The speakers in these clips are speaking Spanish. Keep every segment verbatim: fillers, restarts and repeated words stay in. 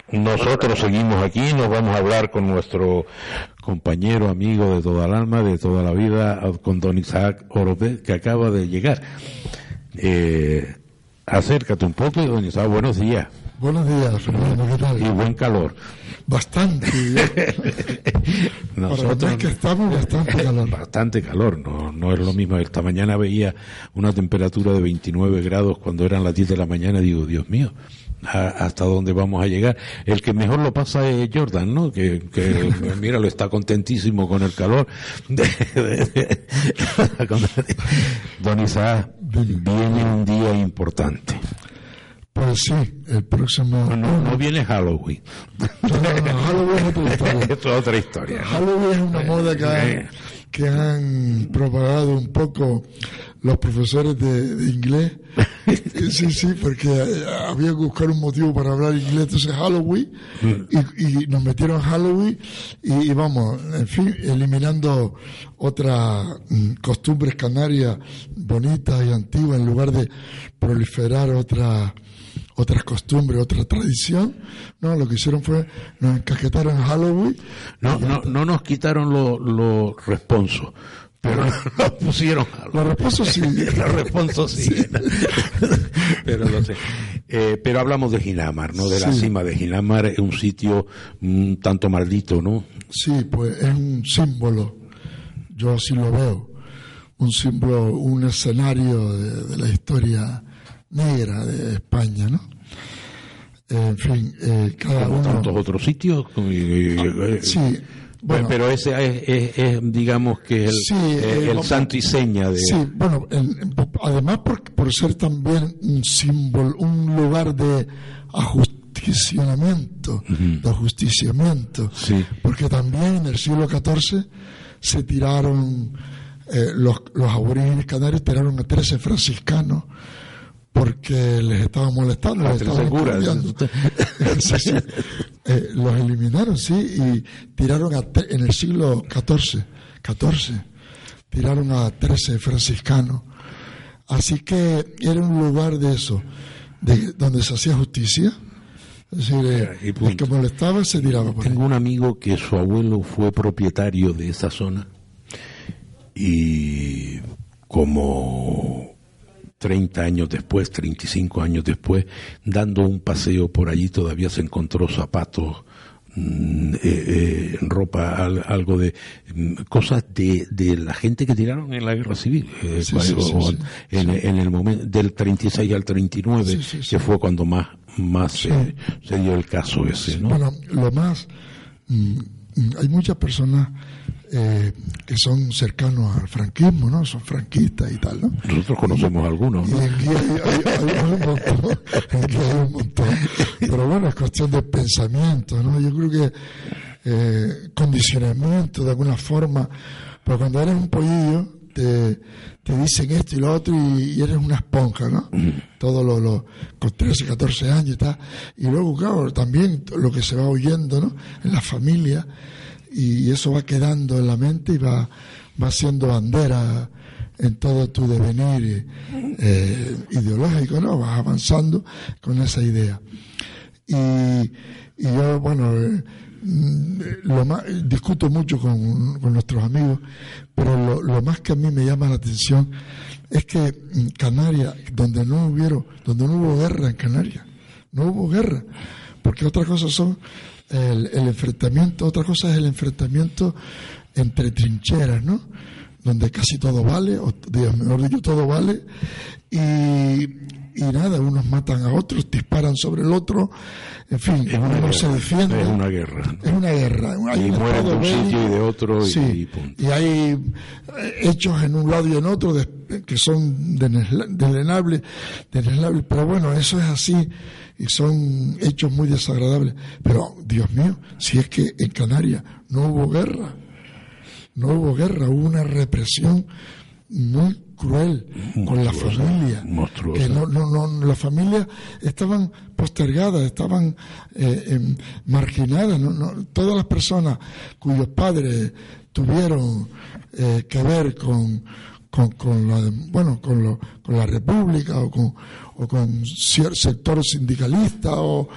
Nosotros seguimos aquí, nos vamos a hablar con nuestro compañero, amigo de toda el alma, de toda la vida, con don Isaac Oropez, que acaba de llegar. Eh, acércate un poco, don Isaac, buenos días. Buenos días, Fernando, ¿qué tal? Y buen calor. Bastante. Nosotros es que estamos bastante calor. Bastante calor, no, no es lo mismo. Esta mañana veía una temperatura de veintinueve grados cuando eran las diez de la mañana, digo, Dios mío, hasta dónde vamos a llegar. El que mejor lo pasa es Jordan, ¿no? Que, que míralo, está contentísimo con el calor. Don Isaac, viene un día importante. Pues sí, el próximo... No, no, no viene Halloween. No, no, no, Halloween es otra historia. Esto es otra historia, ¿no? Halloween es una moda que han, que han propagado un poco los profesores de, de inglés. Sí, sí, porque había que buscar un motivo para hablar inglés, entonces Halloween, y, y nos metieron Halloween, y, y vamos, en fin, eliminando otras mm, costumbres canarias bonitas y antiguas, en lugar de proliferar otras otras costumbres, otra tradición. No, lo que hicieron fue, nos encasquetaron Halloween. No, no, no nos quitaron los lo responsos, pero nos pusieron los responsos sí. Los responsos sí. Sí. Pero no sé. Eh, pero hablamos de Ginamar, ¿no? De la sí. cima de Ginamar, es un sitio un tanto maldito, ¿no? Sí, pues es un símbolo, yo así lo veo, un símbolo, un escenario de, de la historia negra de España, ¿no? Eh, en fin, eh, cada como uno... tantos otros sitios. Ah, sí, bueno, pero ese es, es, es digamos que el, sí, eh, el vamos, santo y seña de... Sí, bueno, en, en, además por, por ser también un símbolo, un lugar de ajusticiamiento, uh-huh. de ajusticiamiento, sí. Porque también en el siglo catorce se tiraron, eh, los, los aborígenes canarios tiraron a trece franciscanos porque les estaba molestando, les estaban estudiando. Sí, sí. Eh, los eliminaron, sí, y tiraron a te- en el siglo catorce, catorce, tiraron a trece franciscanos. Así que era un lugar de eso, de donde se hacía justicia. Es decir, eh, el que molestaba se tiraba por Tengo ahí. un amigo que su abuelo fue propietario de esa zona y como treinta años después, treinta y cinco años después, dando un paseo por allí todavía se encontró zapatos, mm, eh, eh, ropa, al, algo de mm, cosas de, de la gente que tiraron en la guerra civil, eh, Sí, sí, sí, o, sí, en, sí. en el momento del treinta y seis al treinta y nueve, Sí, sí, sí. que fue cuando más más Sí. se, se dio el caso ese, ¿no? Bueno, lo más, mm, hay muchas personas eh, que son cercanos al franquismo, ¿no? Son franquistas y tal, ¿no? Nosotros conocemos algunos, ¿no? Y en Guía hay, hay, hay un montón, en Guía hay un montón. Pero bueno, es cuestión de pensamiento, ¿no? Yo creo que eh, condicionamiento de alguna forma, pero cuando eres un pollillo te, te dicen esto y lo otro y, y eres una esponja, ¿no? Mm. Todo lo, lo, con trece, catorce años y tal. Y luego, claro, también lo que se va oyendo, ¿no? En la familia, y eso va quedando en la mente y va, va siendo bandera en todo tu devenir eh, ideológico, ¿no? Vas avanzando con esa idea. Y, y yo, bueno, eh, lo más, discuto mucho con, con nuestros amigos, pero lo, lo más que a mí me llama la atención es que en Canarias, donde no hubieron, donde no hubo guerra en Canarias, no hubo guerra, porque otras cosas son el, el enfrentamiento, otra cosa es el enfrentamiento entre trincheras, ¿no? Donde casi todo vale, o digamos, mejor dicho, todo vale, y, y nada, unos matan a otros, disparan sobre el otro, en fin, es uno no se defiende. Es una guerra, ¿no? Es una guerra. Hay y un mueren de un bélico, sitio y de otro, sí, y, y punto. Y hay hechos en un lado y en otro de, que son delenables, delenables, pero bueno, eso es así, y son hechos muy desagradables. Pero, Dios mío, si es que en Canarias no hubo guerra, no hubo guerra, hubo una represión muy cruel monstruosa, con la familia, monstruosa. Que no, no, no, las familias estaban postergadas, estaban eh, eh, marginadas, no, no, todas las personas cuyos padres tuvieron eh, que ver con con, con la bueno con lo, con la República o con o con cierto sector sindicalista o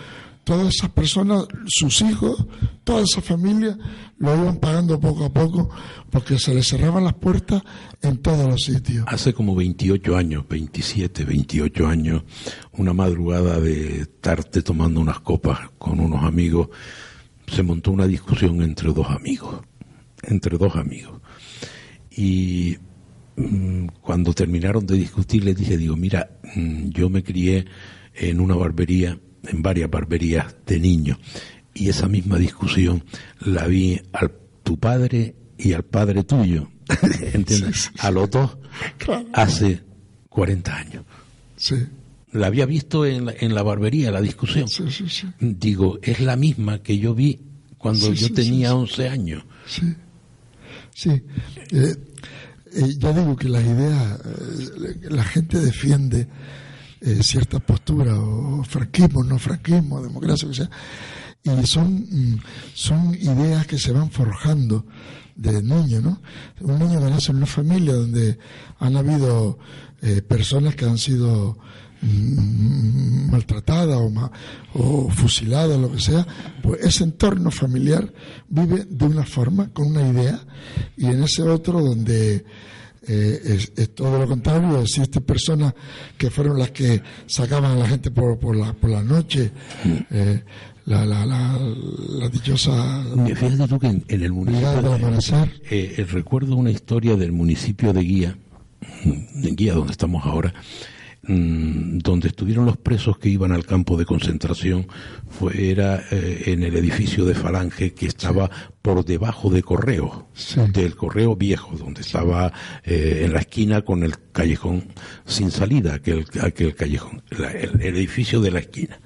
todas esas personas, sus hijos, toda esa familia, lo iban pagando poco a poco porque se les cerraban las puertas en todos los sitios. Hace como veintiocho años, veintisiete, veintiocho años, una madrugada de tarde tomando unas copas con unos amigos, se montó una discusión entre dos amigos, entre dos amigos. Y mmm, cuando terminaron de discutir les dije, digo, mira, mmm, yo me crié en una barbería, en varias barberías de niños, y esa misma discusión la vi al tu padre y al padre tuyo, ¿entiendes? Sí, sí, a los dos, claro, hace cuarenta años. Sí. La había visto en la, en la barbería, la discusión. Sí, sí, sí. Digo, es la misma que yo vi cuando sí, yo sí, tenía sí, once años. Sí, sí. Eh, eh, ya digo que las ideas, eh, la gente defiende eh, ciertas posturas, o franquismo, no franquismo, democracia, o sea, y son, son ideas que se van forjando de niño, ¿no? Un niño que nace en una familia donde han habido eh, personas que han sido mm, maltratadas o, ma, o fusiladas, lo que sea, pues ese entorno familiar vive de una forma, con una idea, y en ese otro donde eh, es, es todo lo contrario. Existen personas que fueron las que sacaban a la gente por, por, la, por la noche, eh, La, la, la, la dichosa... Fíjate tú que en, en el municipio de, eh, eh, recuerdo una historia del municipio de Guía, de Guía donde estamos ahora, mmm, donde estuvieron los presos que iban al campo de concentración. Fue, era eh, en el edificio de Falange, que estaba sí. por debajo de Correo, sí. del Correo Viejo, donde estaba eh, en la esquina con el callejón sin salida, aquel, aquel callejón, la, el, el edificio de la esquina.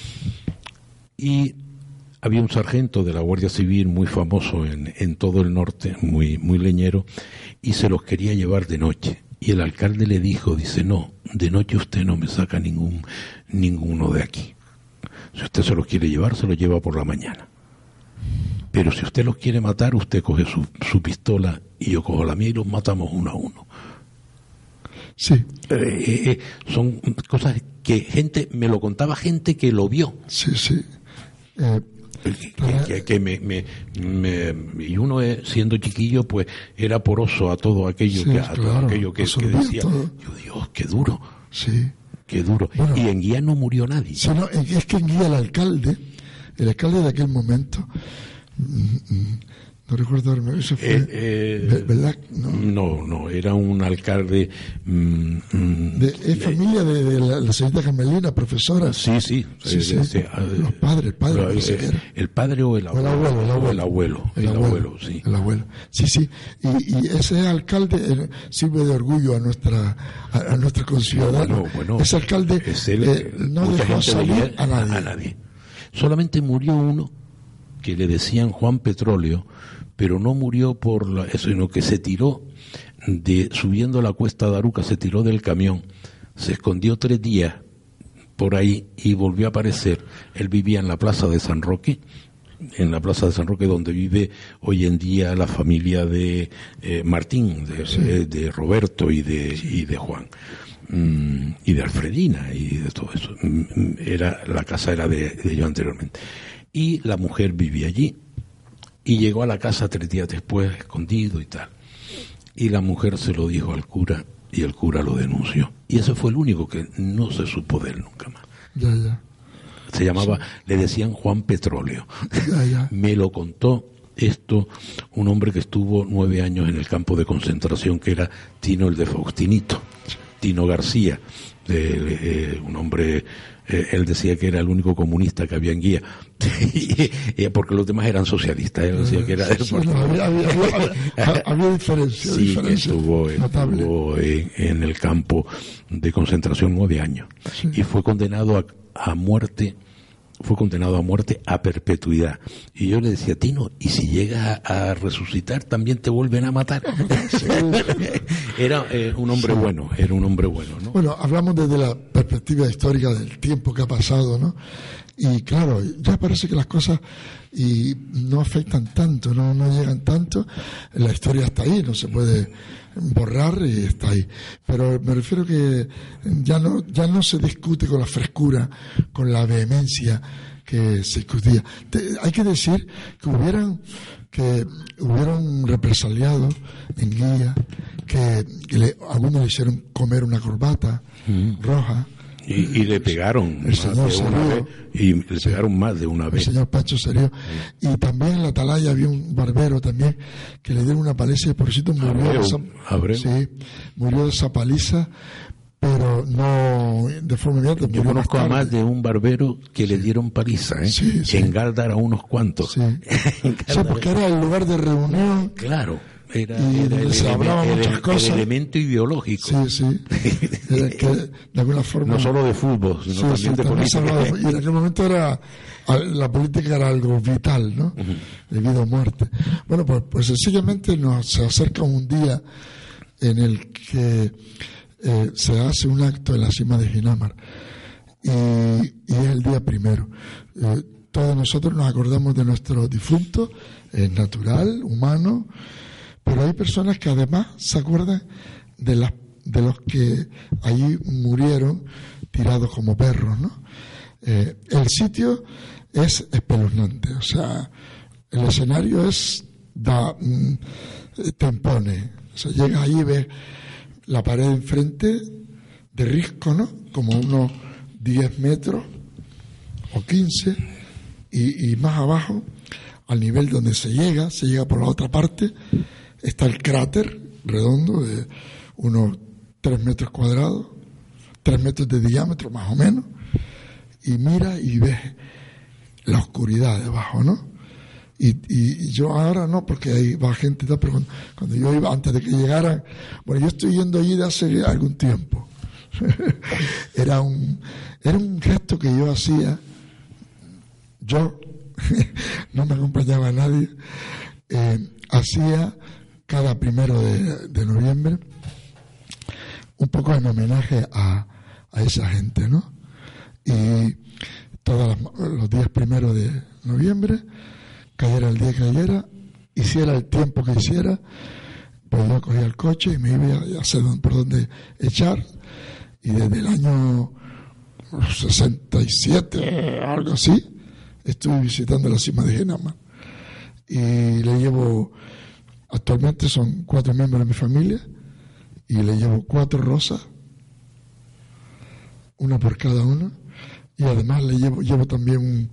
Y había un sargento de la Guardia Civil muy famoso en, en todo el norte, muy, muy leñero, y se los quería llevar de noche. Y el alcalde le dijo, dice, no, de noche usted no me saca ningún ninguno de aquí. Si usted se los quiere llevar, se los lleva por la mañana. Pero si usted los quiere matar, usted coge su, su pistola y yo cojo la mía y los matamos uno a uno. Sí. Eh, eh, son cosas que gente, me lo contaba gente que lo vio. Sí, sí. Eh, que, que, que me, me, me y uno eh, siendo chiquillo pues era poroso a todo aquello sí, que a claro, todo aquello que, que decía todo. Yo, Dios, qué duro, sí, qué duro. Bueno, y en Guía no murió nadie. Sí, no, es que en Guía el alcalde el alcalde de aquel momento mm, mm, no recuerdo, eso fue, eh, eh, ¿verdad? No. no, no, era un alcalde... Mm, de, es eh, familia de, de la, la señorita Carmelina, profesora. Sí, sí. sí, sí, sí. Los padres, el padre. Pero, eh, el padre o el abuelo. O el abuelo, el abuelo. El abuelo, el, el abuelo, abuelo, sí. El abuelo, sí, sí. Y, y ese alcalde eh, sirve de orgullo a nuestra a, a nuestra conciudadana. Bueno, bueno, ese alcalde es el, eh, no dejó salir a nadie. a nadie. Solamente murió uno que le decían Juan Petróleo, pero no murió por la, eso, sino que se tiró de subiendo la cuesta de Aruca, se tiró del camión, se escondió tres días por ahí y volvió a aparecer. Él vivía en la plaza de San Roque, en la plaza de San Roque donde vive hoy en día la familia de eh, Martín, de, sí. de, de Roberto y de, y de Juan. Mm, y de Alfredina y de todo eso. Mm, era, la casa era de, de yo anteriormente. Y la mujer vivía allí. Y llegó a la casa tres días después, escondido y tal. Y la mujer se lo dijo al cura, y el cura lo denunció. Y ese fue el único que no se supo de él nunca más. Ya, ya. Se llamaba, sí. le decían Juan Petróleo. Ya, ya. Me lo contó esto un hombre que estuvo nueve años en el campo de concentración, que era Tino el de Faustinito, Tino García, de, eh, un hombre... Eh, él decía que era el único comunista que había en Guía, porque los demás eran socialistas. Él decía que era del sí, no, había, había, había, había diferencia. Sí, diferencia estuvo, estuvo en, en el campo de concentración nueve años sí. y fue condenado a, a muerte. Fue condenado a muerte a perpetuidad. Y yo le decía, Tino, ¿y si llegas a, a resucitar también te vuelven a matar? Era eh, un hombre sí. bueno, era un hombre bueno, ¿no? Bueno, hablamos desde la perspectiva histórica del tiempo que ha pasado, ¿no? Y claro, ya parece que las cosas y no afectan tanto, no, no llegan tanto. La historia está ahí, no se puede borrar y está ahí. Pero me refiero que ya no, ya no se discute con la frescura, con la vehemencia que se discutía. Te, hay que decir que hubieran que hubieron represaliados en Guía, que, que le, algunos le hicieron comer una corbata mm. roja. Y, y le pegaron el señor más de una vez, y le pegaron más de una vez. El señor Pancho Serío. Sí. Y también en la Atalaya había un barbero también que le dieron una paliza y por cierto murió Abreu, de esa, Abreu. Sí, murió de esa paliza, pero no de forma inmediata. Yo conozco más a más de un barbero que sí. le dieron paliza, ¿eh? Sí, sí. En Gáldara unos cuantos. Sí. sí, porque era el lugar de reunión. Claro. Era, y era el, se hablaba el, muchas el, cosas. El elemento ideológico. Sí, sí. Era que de alguna forma. No solo de fútbol, sino sí, también sí, de también política. Y en aquel momento era la política era algo vital, ¿no? Uh-huh. De vida o muerte. Bueno, pues, pues sencillamente nos se acerca un día en el que eh, se hace un acto en la cima de Ginamar y, y es el día primero. Eh, todos nosotros nos acordamos de nuestros difuntos, es natural, humano. Pero hay personas que además se acuerdan de las de los que allí murieron tirados como perros, ¿no? Eh, el sitio es espeluznante, o sea, el escenario es da, mm, te impone, o sea, llegas allí y ves la pared enfrente de risco, ¿no? Como unos diez metros o quince y, y más abajo, al nivel donde se llega, se llega por la otra parte. Está el cráter redondo de unos tres metros cuadrados, tres metros de diámetro más o menos, y mira y ves la oscuridad debajo, ¿no? Y, y, y yo ahora no, porque ahí va gente y tal, pero cuando, cuando yo iba, antes de que llegaran, bueno, yo estoy yendo allí de hace algún tiempo. era un era un gesto que yo hacía, yo, no me acompañaba nadie, eh, hacía cada primero de, de noviembre un poco en homenaje a, a esa gente, ¿no? Y todos los días primeros de noviembre, cayera el día que cayera, hiciera el tiempo que hiciera, pues yo cogía el coche y me iba a hacer por dónde echar, y desde el año sesenta y siete, algo así, estuve visitando la cima de Ginamar y le llevo. Actualmente son cuatro miembros de mi familia y le llevo cuatro rosas, una por cada una, y además le llevo, llevo también un,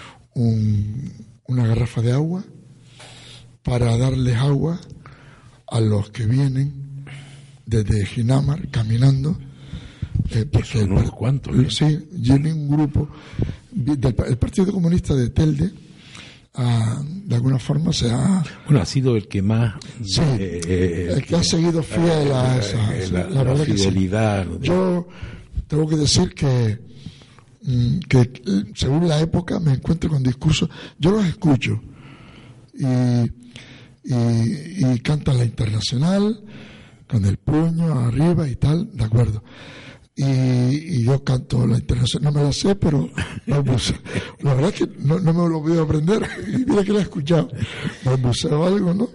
un, una garrafa de agua para darles agua a los que vienen desde Ginamar caminando. Eh, porque son unos cuantos. ¿Eh? Sí, llevé un grupo del el Partido Comunista de Telde. Ah, de alguna forma se ha bueno ha sido el que más sí, eh, eh, el que ha seguido fiel a esa eh, la, la, la fidelidad sí. Yo tengo que decir que que según la época me encuentro con discursos, yo los escucho y y, y cantan la Internacional con el puño arriba y tal, de acuerdo. Y, y yo canto la Internacional, no me la sé, pero balbuceo. La verdad es que no, no me lo voy a aprender, y mira que la he escuchado, balbuceo algo, ¿no?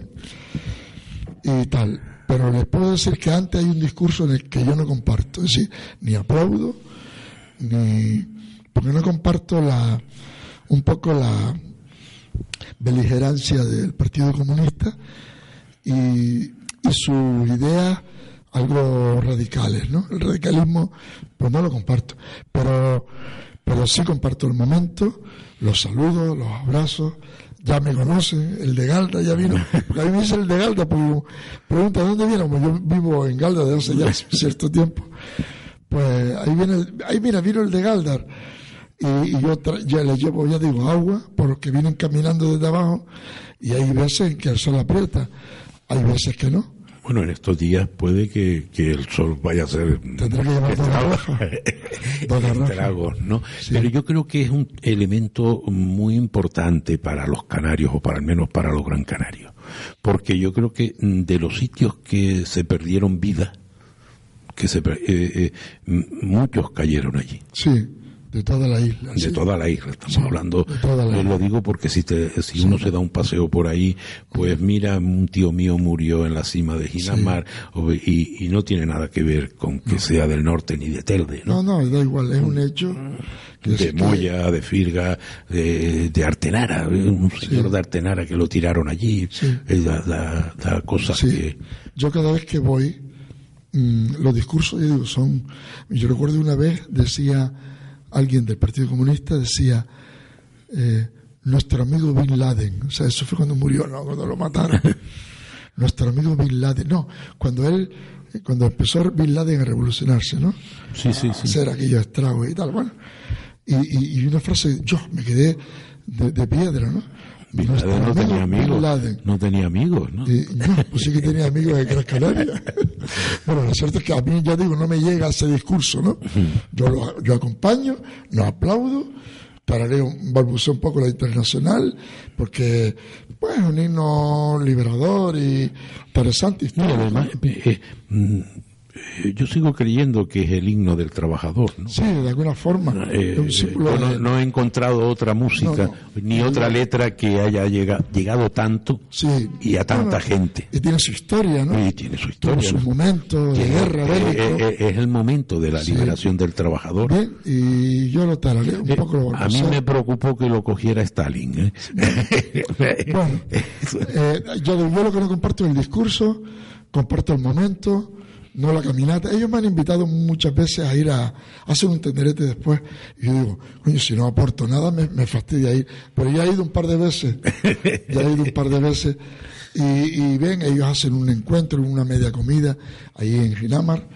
Y tal, pero les puedo decir que antes hay un discurso en el que yo no comparto, es decir, ni aplaudo, ni, porque no comparto la, un poco la beligerancia del Partido Comunista y, y sus ideas algo radicales, ¿no? El radicalismo, pues no lo comparto, pero pero sí comparto el momento, los saludos, los abrazos, ya me conocen, el de Galda ya vino, porque a mí me dice el de Galda, pues pregunta, ¿dónde viene? Pues yo vivo en Galda desde hace ya cierto tiempo, pues ahí viene, el, ahí mira, vino el de Galdar, y, y yo tra- ya le llevo, ya digo, agua, por los que vienen caminando desde abajo, y hay veces en que el sol aprieta, hay veces que no. Bueno, en estos días puede que, que el sol vaya a ser tendré que llevar dos garrafas, dos garrafas. Estragos, ¿no? Sí. Pero yo creo que es un elemento muy importante para los canarios, o para al menos para los gran canarios, porque yo creo que de los sitios que se perdieron vida, que se eh, eh, muchos cayeron allí. Sí, de toda la isla. De sí. toda la isla, estamos Sí, hablando, de toda la eh, isla. lo digo porque si te, si uno se da un paseo por ahí, pues mira, un tío mío murió en la cima de Ginamar, Sí. o- y, y no tiene nada que ver con que sea del norte ni de Telde, ¿no? No, no, da igual, es un hecho. Que De es que- Moya, de Firga, de, de Artenara, un señor Sí. de Artenara que lo tiraron allí, Sí. eh, da, da- da cosas Sí. que... Yo cada vez que voy, mmm, los discursos, yo digo, son... Yo recuerdo una vez, decía alguien del Partido Comunista, decía, eh, nuestro amigo Bin Laden, o sea, eso fue cuando murió, no, cuando lo mataron. Nuestro amigo Bin Laden, no, cuando él, cuando empezó Bin Laden a revolucionarse, ¿no? Sí, sí, sí. Hacer aquellos estragos y tal, bueno. Y, y, y una frase, yo me quedé de, de piedra, ¿no? Bin Nuestro Laden no amigo tenía amigos, Bin Laden. no tenía amigos, ¿no? Y, no, pues sí que tenía amigos de Gran Canaria. Bueno, lo cierto es que a mí, ya digo, no me llega ese discurso, ¿no? Yo lo, yo acompaño, no aplaudo, tarareo, balbuceo un poco la Internacional, porque, pues, es un himno liberador y interesante. No, histórico. además, eh, eh, mm, eh, yo sigo creyendo que es el himno del trabajador, ¿no? Sí, de alguna forma. Eh, es un símbolo yo no, de- no he encontrado otra música No, no. ni otra letra que haya llega, llegado tanto sí. y a tanta Bueno, gente. Y tiene su historia, ¿no? Y tiene su Tiene historia, sus ¿no? momentos de Tiene- guerra, eh, bélico. eh, eh, es el momento de la Sí. liberación del trabajador. Bien, y yo lo tarareo un Eh, poco. Lo a mí balbuceo. me preocupó que lo cogiera Stalin, ¿eh? Bueno, eh, yo, yo lo que no comparto es el discurso, comparto el momento, no la caminata. Ellos me han invitado muchas veces a ir a, a hacer un tenderete después. Y yo digo, coño, si no aporto nada, me, me fastidia ir. Pero ya he ido un par de veces. Ya he ido un par de veces. Y, y ven, ellos hacen un encuentro, una media comida ahí en Ginamar.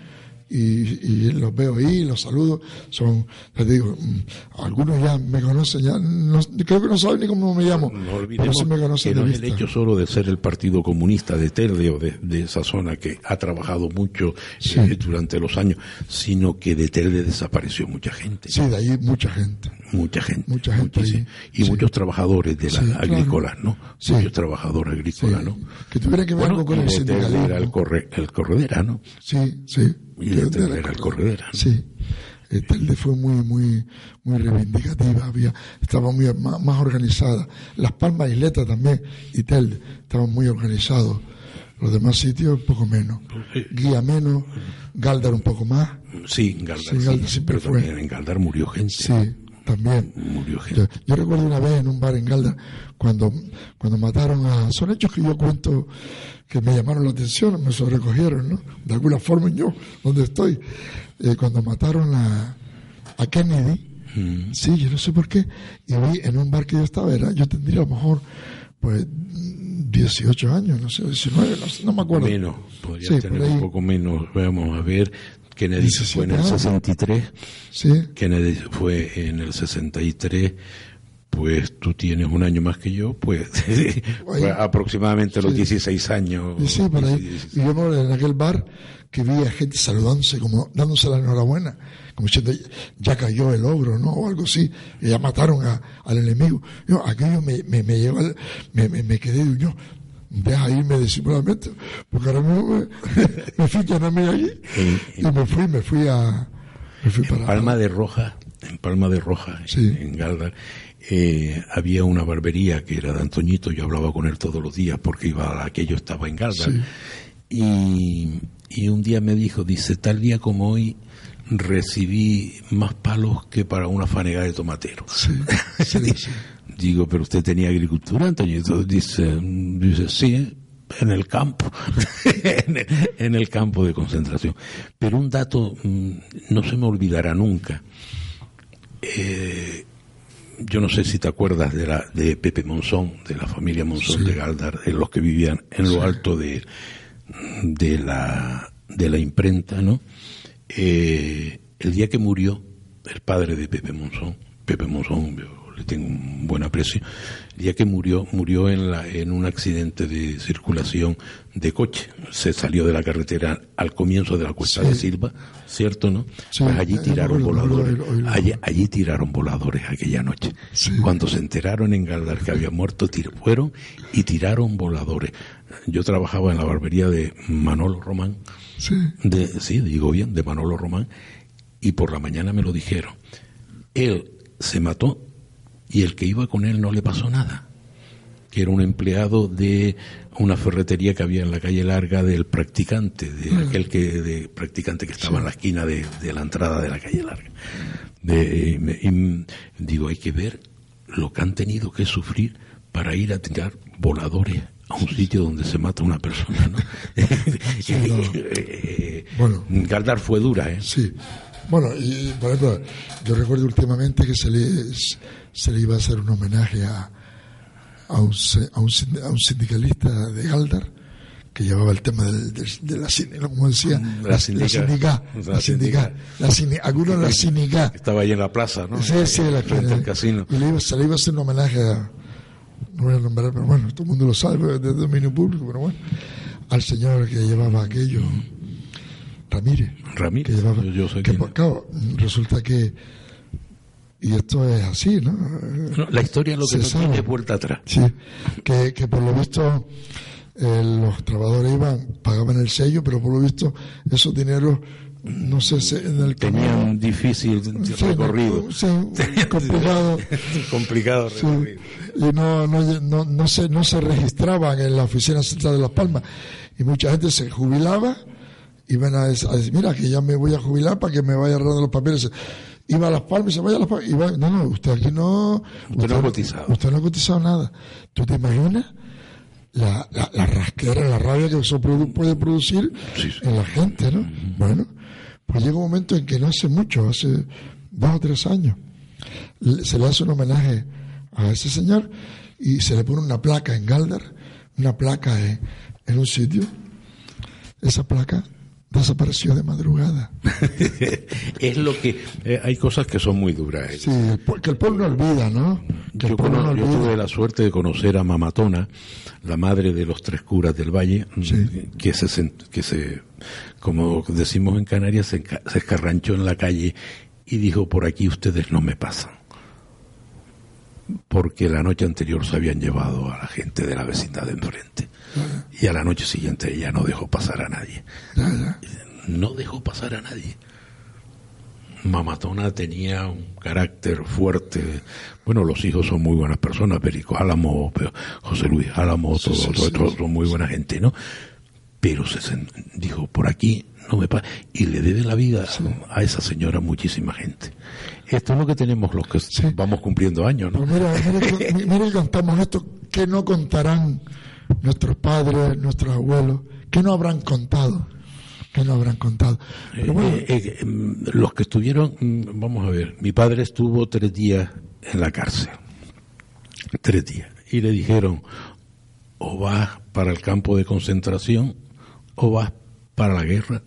Y, y los veo ahí, los saludo. Son, les digo, mm, algunos ya me conocen, ya no, creo que no saben ni cómo me llamo. No pero olvidemos sí me que conocen no de es el vista. hecho solo de ser el Partido Comunista de Telde o de, de esa zona que ha trabajado mucho Sí. eh, durante los años, sino que de Telde desapareció mucha gente. Sí, de ahí mucha gente. Mucha gente. Mucha gente muchísimo. ahí, Y sí. muchos trabajadores de las Sí, claro. agrícolas, ¿no? Sí. Muchos trabajadores agrícolas, Sí. ¿no? Que tuviera que ver Bueno, algo con y el de Telde sindicalismo. era el, corre, el corredera, ¿no? Sí, sí. Y de Telde era el corredera, ¿no? Sí. Eh, Telde fue muy, muy, muy reivindicativa, había, estaba muy más, más organizada. Las Palmas, Isleta también, y Telde, estaban muy organizados. Los demás sitios un poco menos. Guía menos, Galdar un poco más. Sí, en Galdar, Sí, sí, Galdar siempre pero fue. también en Galdar murió gente. Sí, también. Murió gente. Yo, yo recuerdo una vez en un bar en Galdar, cuando, cuando mataron a... Son hechos que yo cuento que me llamaron la atención, me sobrecogieron, ¿no? De alguna forma yo, donde estoy. Eh, cuando mataron a, a Kennedy, Mm. sí, yo no sé por qué, y vi en un bar que yo estaba, era, yo tendría a lo mejor, pues, dieciocho años, no sé, diecinueve, no sé, no me acuerdo. Menos, podría Sí, tener por ahí. un poco menos. Vamos a ver, Kennedy fue en el diecisiete años. sesenta y tres, Sí, Kennedy fue en el sesenta y tres, pues tú tienes un año más que yo, pues, pues aproximadamente los Sí. dieciséis años. y sí, por ahí. dieciséis. Y yo me acuerdo en aquel bar que vi a gente saludándose, como dándose la enhorabuena, como diciendo, ya cayó el ogro, ¿no? O algo así, y ya mataron a, al enemigo. Yo, aquello me, me, me lleva, al- me, me, me quedé, y yo, deja irme disimuladamente, porque ahora mismo me, me fui a mí allí, y me fui, me fui a, me fui para Palma de Roja, en Palma de Roja, Sí. en, en Galdar, eh, había una barbería que era de Antoñito, yo hablaba con él todos los días porque iba a aquello estaba en Galdar. Sí. Y, y un día me dijo, dice, tal día como hoy recibí más palos que para una fanega de tomatero. Sí, sí, sí. Digo, pero usted tenía agricultura, Antoñito. Dice, dice sí, en el campo, en, el, en el campo de concentración. Pero un dato mmm, no se me olvidará nunca. Eh, yo no sé si te acuerdas de la de Pepe Monzón, de la familia Monzón Sí. de Galdar, de los que vivían en lo alto de, de la de la imprenta, ¿no? Eh, el día que murió el padre de Pepe Monzón, Pepe Monzón, yo le tengo un buen aprecio, el día que murió, murió en la, en un accidente de circulación de coche, se salió de la carretera al comienzo de la Cuesta Sí. de Silva, ¿cierto, no? Sí, Pues allí eh, tiraron me acuerdo, me voladores, acuerdo, oí- oí- allí, allí tiraron voladores aquella noche. Sí. Cuando se enteraron en Galdar que había muerto, tir- fueron y tiraron voladores. Yo trabajaba en la barbería de Manolo Román, Sí. de, sí, digo bien, de Manolo Román, y por la mañana me lo dijeron. Él se mató y el que iba con él no le pasó nada, que era un empleado de una ferretería que había en la calle Larga del practicante, de aquel que de practicante que estaba sí. en la esquina de, de la entrada de la calle Larga. De, me, y, digo, hay que ver lo que han tenido que sufrir para ir a tirar voladores a un sitio donde se mata una persona, ¿no? Sí, no. Bueno, Galdar fue dura, ¿eh? Sí. Bueno, y por ejemplo, yo recuerdo últimamente que se le, se le iba a hacer un homenaje a, a, un, a, un, a un sindicalista de Galdar que llevaba el tema del, del, de la sindica, como decía, la sindica, la sindica, la sindica, algunos la sindica. Estaba ahí en la plaza, ¿no? Sí, sí, la frente al casino. Y le iba, se le iba a hacer un homenaje a, no voy a nombrar, pero bueno, todo el mundo lo sabe, de dominio público, pero bueno, al señor que llevaba aquello, Ramírez. Ramírez, que llevaba, yo, yo soy que por, claro, resulta que, y esto es así, ¿no? no la historia es lo que no sabe. Tiene vuelta atrás. Sí, que, que por lo visto eh, los trabajadores iban, pagaban el sello, pero por lo visto esos dineros, no sé si en el tenían un difícil sí, recorrido. Sí, complicado. complicado recorrido. Sí, y no, no, no, no, se, no se registraban en la oficina central de Las Palmas. Y mucha gente se jubilaba, iban a, a decir, mira, que ya me voy a jubilar para que me vaya arreglando los papeles. Iba a Las Palmas y se vaya a Las Palmas. Iba, no, no, usted aquí no... Usted, usted no ha cotizado. Usted no ha cotizado nada. ¿Tú te imaginas la, la, la rasquera, la rabia que eso produ- puede producir sí, sí. en la gente, ¿no? Uh-huh. Bueno, pues llega un momento en que no hace mucho, hace dos o tres años, se le hace un homenaje a ese señor y se le pone una placa en Galdar, una placa en, en un sitio. Esa placa desapareció de madrugada. Es lo que eh, hay cosas que son muy duras. ¿eh? Sí, que el pueblo no olvida, ¿no? Que yo, cono- no yo tuve la suerte de conocer a Mamatona, la madre de los tres curas del Valle, sí. que se que se como decimos en Canarias se, se escarranchó en la calle y dijo: por aquí ustedes no me pasan, porque la noche anterior se habían llevado a la gente de la vecindad de enfrente. Y a la noche siguiente ella no dejó pasar a nadie. No dejó pasar a nadie. Mamatona tenía un carácter fuerte. Bueno, los hijos son muy buenas personas, Perico Álamo, José Luis Álamo, sí, todos, sí, todos, sí, todos sí. son muy buena gente, ¿no? Pero se sent... dijo, por aquí no me pasa. Y le debe la vida sí. a esa señora muchísima gente. Esto es lo que tenemos los que sí. vamos cumpliendo años, ¿no? Pero mira, mira, mira que contamos esto, que no contarán nuestros padres, nuestros abuelos, que no habrán contado, que no habrán contado. Pero bueno, eh, eh, eh, los que estuvieron, vamos a ver, mi padre estuvo tres días en la cárcel, tres días, y le dijeron: o vas para el campo de concentración o vas para la guerra.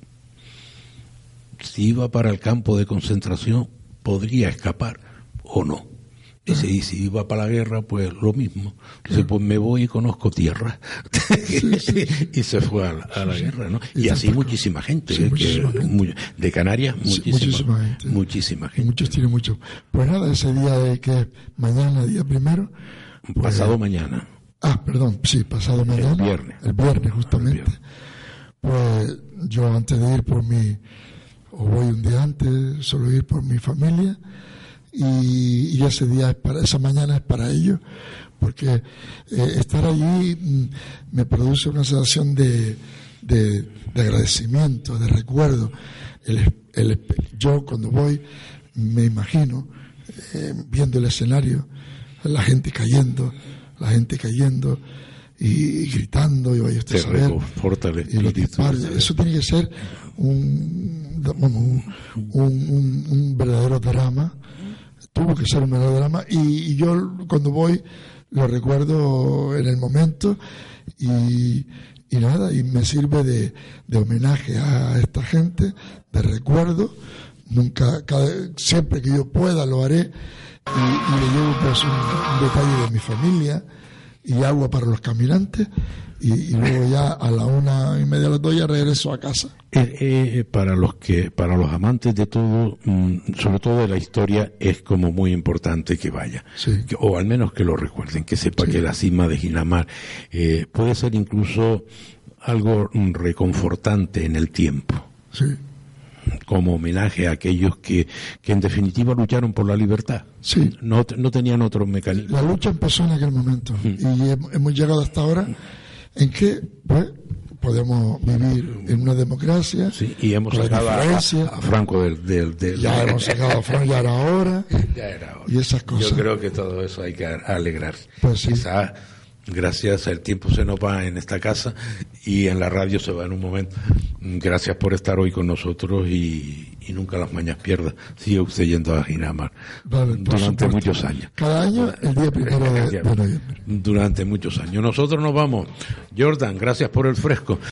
Si iba para el campo de concentración podría escapar o no. Dice, y si iba para la guerra, pues lo mismo. Dice, pues me voy y conozco tierra. Sí, sí. Y se fue a la, a la sí, guerra, ¿no? Y, y así tampoco, muchísima gente. Sí, ¿eh? muchísima que, gente. Muy, de Canarias, muchísima, sí, muchísima gente. Muchísima gente. Y muchos tienen mucho. Pues nada, ese día de que mañana, día primero. Pues, pasado mañana. Ah, perdón, sí, pasado mañana. El viernes. El viernes, justamente. El viernes. Pues yo antes de ir por mi, o voy un día antes, solo ir por mi familia. Y, y ese día es para, esa mañana es para ellos, porque eh, estar allí mm, me produce una sensación de, de, de agradecimiento, de recuerdo. El, el, yo cuando voy me imagino eh, viendo el escenario, la gente cayendo, la gente cayendo y, y gritando, y vaya usted a saber, y los disparos. Eso tiene que ser un, un, un, un, un verdadero drama. Tuvo que ser un melodrama y, y yo cuando voy lo recuerdo en el momento y, y nada, y me sirve de, de homenaje a esta gente, de recuerdo. Nunca, cada, siempre que yo pueda lo haré y, y le llevo pues un, un detalle de mi familia y agua para los caminantes y, y luego ya a la una y media, a las dos ya regreso a casa. Eh, eh, para los que, para los amantes de todo, mmm, sobre todo de la historia, es como muy importante que vaya, sí. que, o al menos que lo recuerden, que sepa sí. que la cima de Ginamar eh, puede ser incluso algo reconfortante en el tiempo. Sí. como homenaje a aquellos que, que en definitiva lucharon por la libertad. Sí. No, no tenían otros mecanismos. La lucha empezó en aquel momento mm. y hemos llegado hasta ahora en que, pues, podemos vivir en una democracia. Sí, y hemos sacado a, a Franco del... del, del ya hemos sacado a Franco, ya era hora. Ya era hora. Y esas cosas. Yo creo que todo eso hay que alegrarse. Pues sí. Quizás, gracias, el tiempo se nos va en esta casa y en la radio se va en un momento. Gracias por estar hoy con nosotros y, y nunca las mañas pierda. Sigue usted yendo a Ginamar vale, durante muchos años. Cada año, el día primero de, de noviembre. Durante muchos años. Nosotros nos vamos. Jordan, gracias por el fresco.